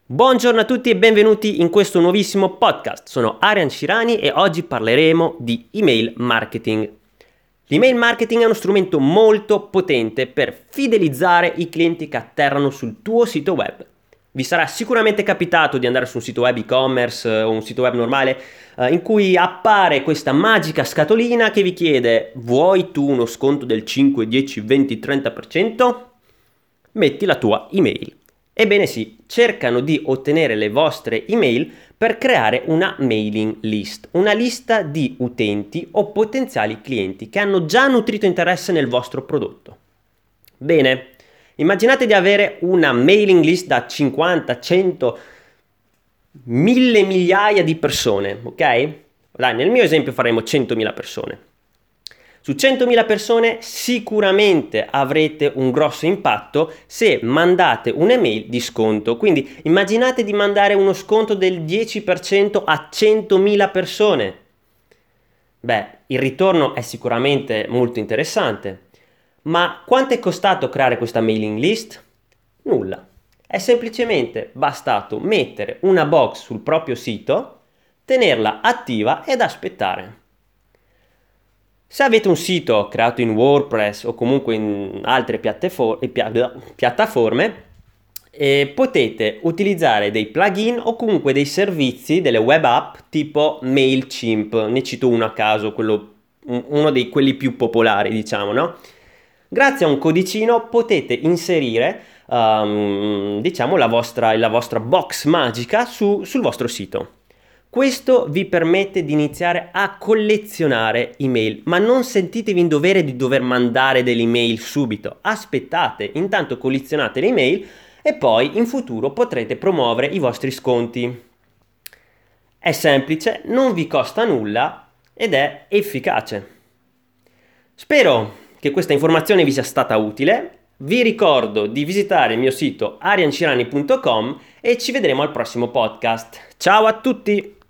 Buongiorno a tutti e benvenuti in questo nuovissimo podcast. Sono Arian Cirani e oggi parleremo di email marketing. L'email marketing è uno strumento molto potente per fidelizzare i clienti che atterrano sul tuo sito web. Vi sarà sicuramente capitato di andare su un sito web e-commerce o un sito web normale in cui appare questa magica scatolina che vi chiede: vuoi tu uno sconto del 5, 10, 20, 30%? Metti la tua email. Ebbene sì, cercano di ottenere le vostre email per creare una mailing list, una lista di utenti o potenziali clienti che hanno già nutrito interesse nel vostro prodotto. Bene, immaginate di avere una mailing list da 50, 100, 1000 migliaia di persone, ok? Dai, nel mio esempio faremo 100.000 persone. Su 100.000 persone sicuramente avrete un grosso impatto se mandate un'email di sconto. Quindi immaginate di mandare uno sconto del 10% a 100.000 persone. Beh, il ritorno è sicuramente molto interessante. Ma quanto è costato creare questa mailing list? Nulla. È semplicemente bastato mettere una box sul proprio sito, tenerla attiva ed aspettare. Se avete un sito creato in WordPress o comunque in altre piattaforme, potete utilizzare dei plugin o comunque dei servizi, delle web app tipo MailChimp. Ne cito uno a caso, uno di quelli più popolari, diciamo, no? Grazie a un codicino potete inserire diciamo la vostra box magica sul vostro sito. Questo vi permette di iniziare a collezionare email, ma non sentitevi in dovere di dover mandare delle email subito. Aspettate, intanto collezionate le email e poi in futuro potrete promuovere i vostri sconti. È semplice, non vi costa nulla ed è efficace. Spero che questa informazione vi sia stata utile. Vi ricordo di visitare il mio sito ariancirani.com e ci vedremo al prossimo podcast. Ciao a tutti!